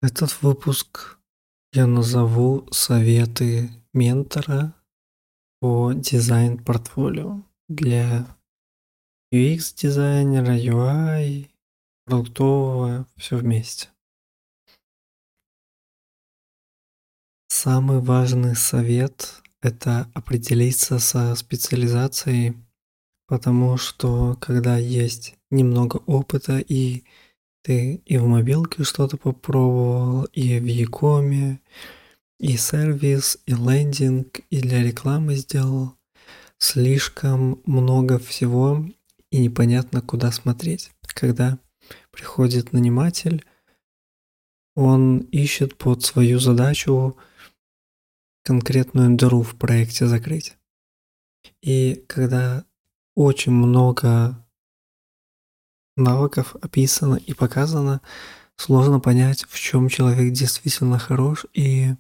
Этот выпуск я назову «Советы ментора по дизайн-портфолио» для UX-дизайнера, UI, продуктового, все вместе. Самый важный совет – это определиться со специализацией, потому что когда есть немного опыта, и ты и в мобилке что-то попробовал, и в Якоме, и сервис, и лендинг, и для рекламы сделал. Слишком много всего, и непонятно, куда смотреть. Когда приходит наниматель, он ищет под свою задачу конкретную дыру в проекте закрыть. И когда очень много навыков описано и показано, сложно понять, в чем человек действительно хорош и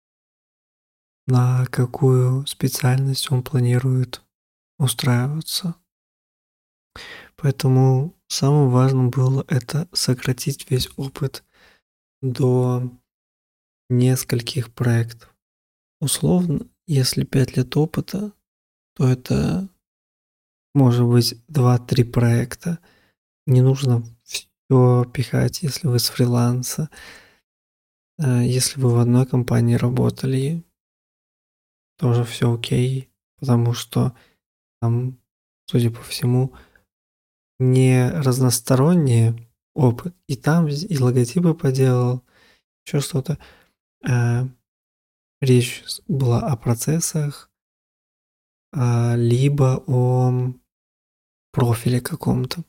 на какую специальность он планирует устраиваться. Поэтому самым важным было это сократить весь опыт до нескольких проектов. Условно, если 5 лет опыта, то это может быть 2-3 проекта. Не нужно все пихать, если вы с фриланса. Если вы в одной компании работали, тоже все окей, потому что там, судя по всему, не разносторонний опыт. И там и логотипы поделал, еще что-то. Речь была о процессах, либо о профиле каком-то.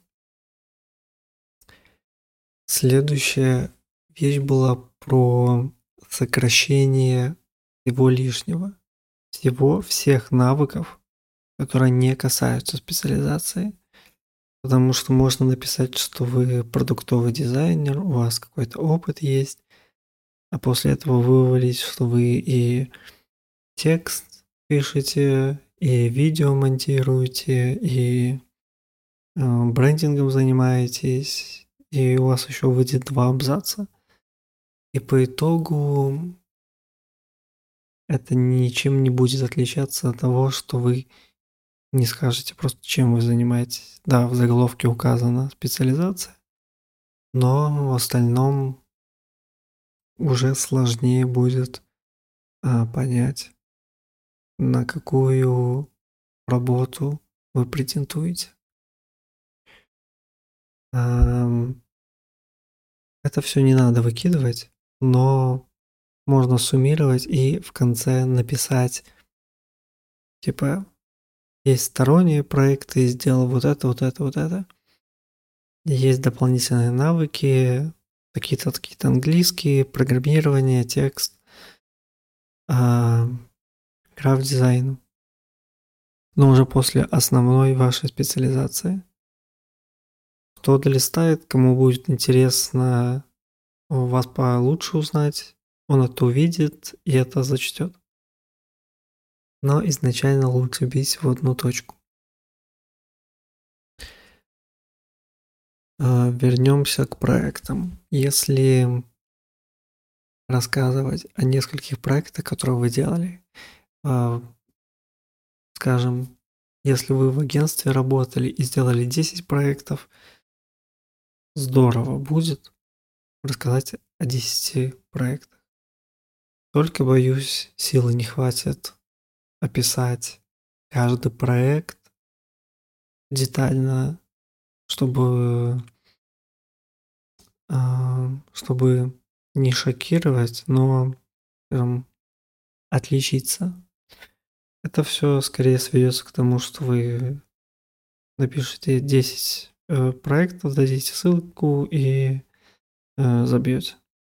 Следующая вещь была про сокращение всего лишнего, всех навыков, которые не касаются специализации. Потому что можно написать, что вы продуктовый дизайнер, у вас какой-то опыт есть, а после этого вывалить, что вы и текст пишете, и видео монтируете, и брендингом занимаетесь, и у вас еще выйдет 2 абзаца. И по итогу это ничем не будет отличаться от того, что вы не скажете просто, чем вы занимаетесь. Да, в заголовке указана специализация, но в остальном уже сложнее будет понять, на какую работу вы претендуете. Это все не надо выкидывать, но можно суммировать и в конце написать, типа, есть сторонние проекты, сделал вот это, вот это, вот это. Есть дополнительные навыки, какие-то английские, программирование, текст, граф-дизайн, но уже после основной вашей специализации. Кто долистает, кому будет интересно вас получше узнать, он это увидит и это зачтет. Но изначально лучше бить в одну точку. Вернемся к проектам. Если рассказывать о нескольких проектах, которые вы делали, скажем, если вы в агентстве работали и сделали 10 проектов, здорово будет рассказать о 10 проектах. Только, боюсь, силы не хватит описать каждый проект детально, чтобы не шокировать, но, скажем, отличиться. Это все скорее сведется к тому, что вы напишите 10 проектов, дадите ссылку и забьете.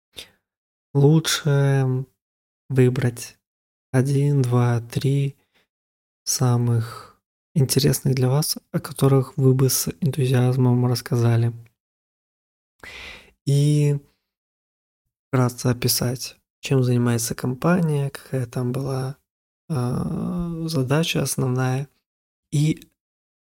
Лучше выбрать 1, 2, 3 самых интересных для вас, о которых вы бы с энтузиазмом рассказали. И вкратце описать, чем занимается компания, какая там была задача основная. И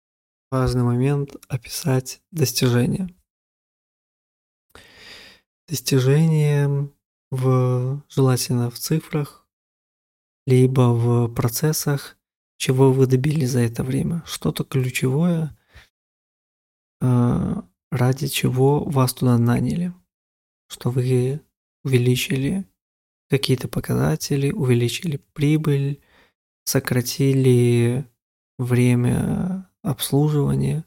важный момент – описать достижения. достижения желательно в цифрах, либо в процессах, чего вы добились за это время. Что-то ключевое, ради чего вас туда наняли. Что вы увеличили какие-то показатели, увеличили прибыль, сократили время обслуживания.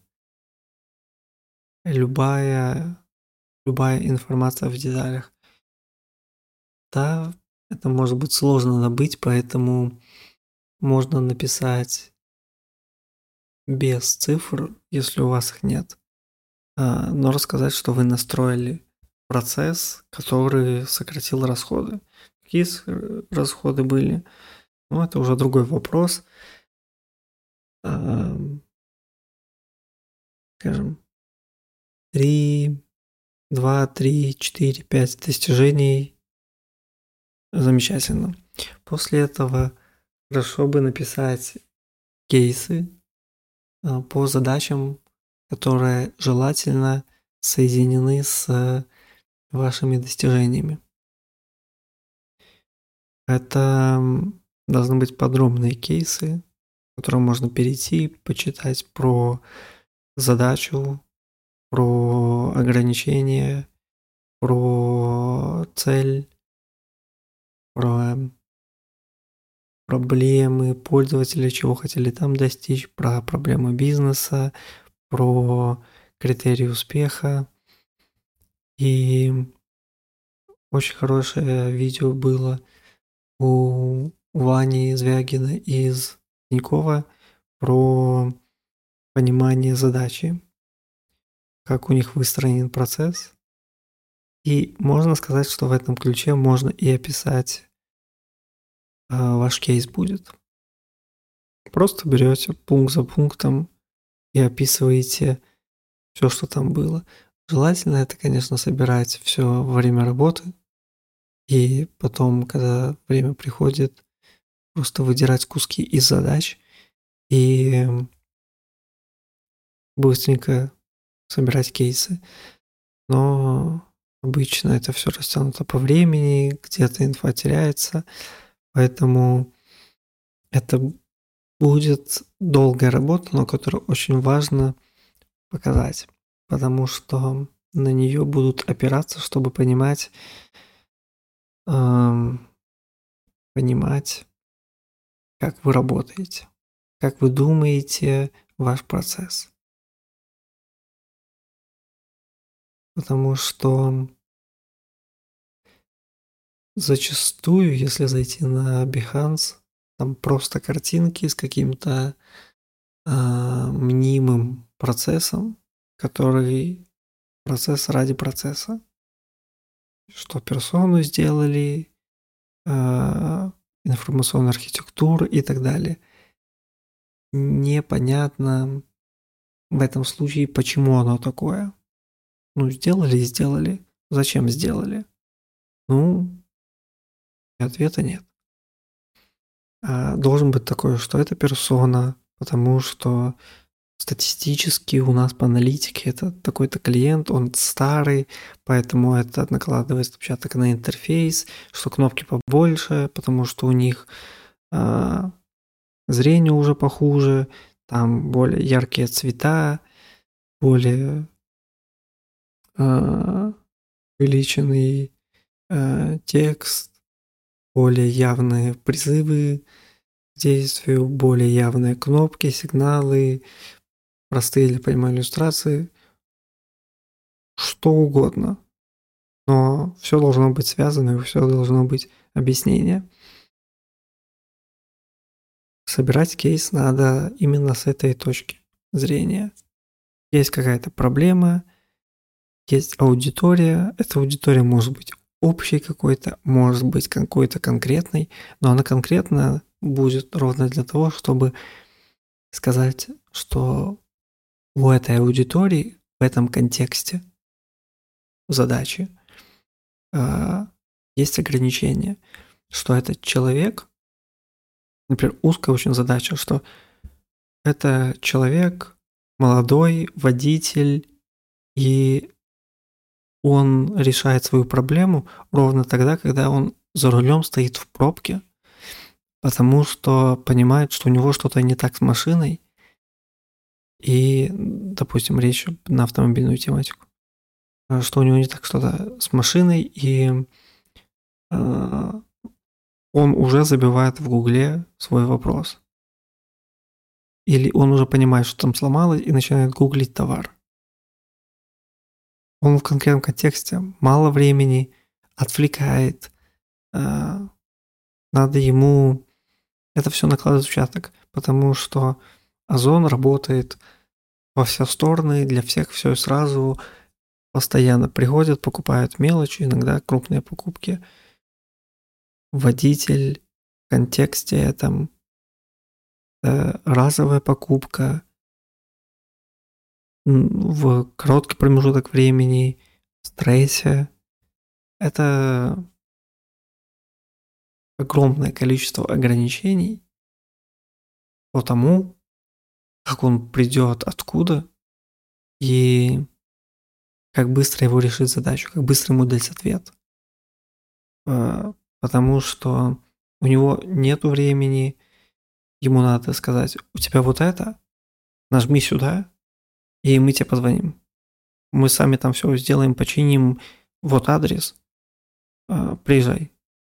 Любая информация в деталях. Да, это может быть сложно добыть, поэтому можно написать без цифр, если у вас их нет, но рассказать, что вы настроили процесс, который сократил расходы. Какие расходы были? Ну, это уже другой вопрос. Скажем, 3, 2, 3, 4, 5 достижений. Замечательно. После этого хорошо бы написать кейсы по задачам, которые желательно соединены с вашими достижениями. Это должны быть подробные кейсы, к которым можно перейти, почитать про задачу, про ограничения, про цель, про проблемы пользователя, чего хотели там достичь, про проблемы бизнеса, про критерии успеха. И очень хорошее видео было у Вани Звягина из Тинькова про понимание задачи, как у них выстроен процесс. И можно сказать, что в этом ключе можно и описать ваш кейс будет. Просто берете пункт за пунктом и описываете все, что там было. Желательно это, конечно, собирать все во время работы. И потом, когда время приходит, просто выдирать куски из задач и быстренько собирать кейсы. Но обычно это все растянуто по времени, где-то инфа теряется, поэтому это будет долгая работа, но которую очень важно показать, потому что на нее будут опираться, чтобы понимать, как вы работаете, как вы думаете ваш процесс. Потому что зачастую, если зайти на Behance, там просто картинки с каким-то мнимым процессом, который процесс ради процесса. Что персону сделали, информационную архитектуру и так далее. Непонятно в этом случае, почему оно такое. Ну, сделали и сделали. Зачем сделали? Ну, и ответа нет. Должен быть такое, что это персона, потому что статистически у нас по аналитике это такой-то клиент, он старый, поэтому это накладывает отпечаток на интерфейс, что кнопки побольше, потому что у них зрение уже похуже, там более яркие цвета, более увеличенный текст, более явные призывы к действию, более явные кнопки, сигналы, простые для понимания иллюстрации, что угодно. Но все должно быть связано, и все должно быть объяснение. Собирать кейс надо именно с этой точки зрения. Есть какая-то проблема, есть аудитория. Эта аудитория может быть общей какой-то, может быть какой-то конкретной, но она конкретно будет ровно для того, чтобы сказать, что у этой аудитории в этом контексте задачи есть ограничения, что этот человек, например, узкая очень задача, что это человек молодой, водитель, и он решает свою проблему ровно тогда, когда он за рулем стоит в пробке, потому что понимает, что у него что-то не так с машиной, и, допустим, речь на автомобильную тематику, что у него не так что-то с машиной, и а, он уже забивает в Гугле свой вопрос. Или он уже понимает, что там сломалось, и начинает гуглить товар. Он в конкретном контексте мало времени, отвлекает, надо ему это все накладывать в участок, потому что Озон работает во все стороны, для всех все сразу, постоянно приходят, покупают мелочи, иногда крупные покупки. Водитель в контексте там разовая покупка в короткий промежуток времени, в стрессе. Это огромное количество ограничений по тому, как он придет откуда и как быстро его решить задачу, как быстро ему дать ответ. Потому что у него нет времени, ему надо сказать, у тебя вот это, нажми сюда, и мы тебе позвоним. Мы сами там все сделаем, починим, вот адрес, приезжай.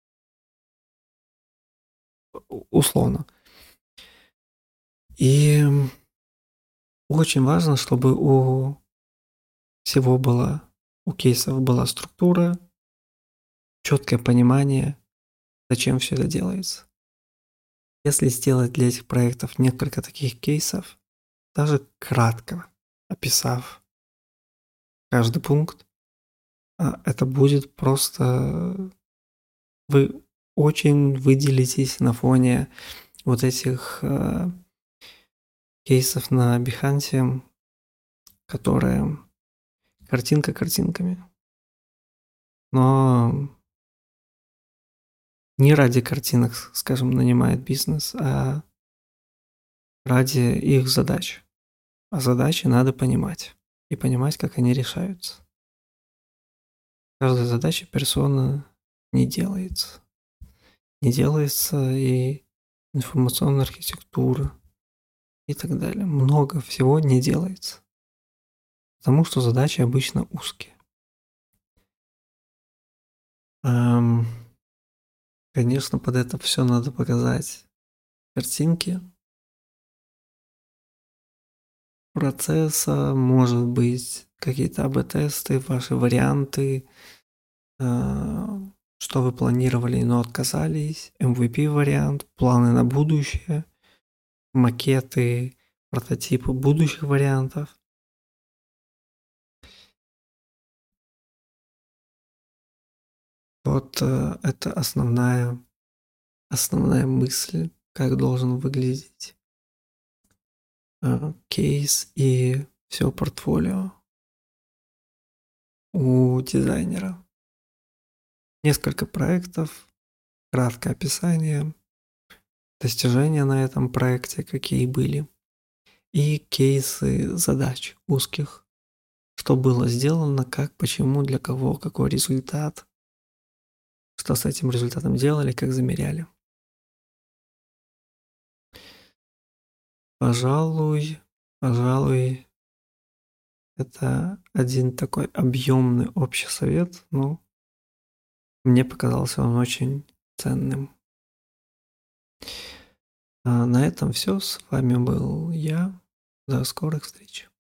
Условно. И очень важно, чтобы у всего была, у кейсов была структура, четкое понимание, зачем все это делается. Если сделать для этих проектов несколько таких кейсов, даже кратко описав каждый пункт, это будет просто... Вы очень выделитесь на фоне вот этих кейсов на Behance, которые картинка картинками. Но не ради картинок, скажем, нанимает бизнес, а ради их задач. А задачи надо понимать. И понимать, как они решаются. Каждая задача персона не делается. Не делается и информационная архитектура и так далее. Много всего не делается. Потому что задачи обычно узкие. Конечно, под это все надо показать картинки процесса, может быть, какие-то АБ-тесты, ваши варианты, что вы планировали, но отказались, MVP-вариант, планы на будущее, макеты, прототипы будущих вариантов. Вот это основная мысль, как должен выглядеть кейс и все портфолио у дизайнера. Несколько проектов, краткое описание, достижения на этом проекте, какие были, и кейсы задач узких, что было сделано, как, почему, для кого, какой результат, что с этим результатом делали, как замеряли. Пожалуй, это один такой объемный общий совет, но мне показался он очень ценным. А на этом все. С вами был я. До скорых встреч.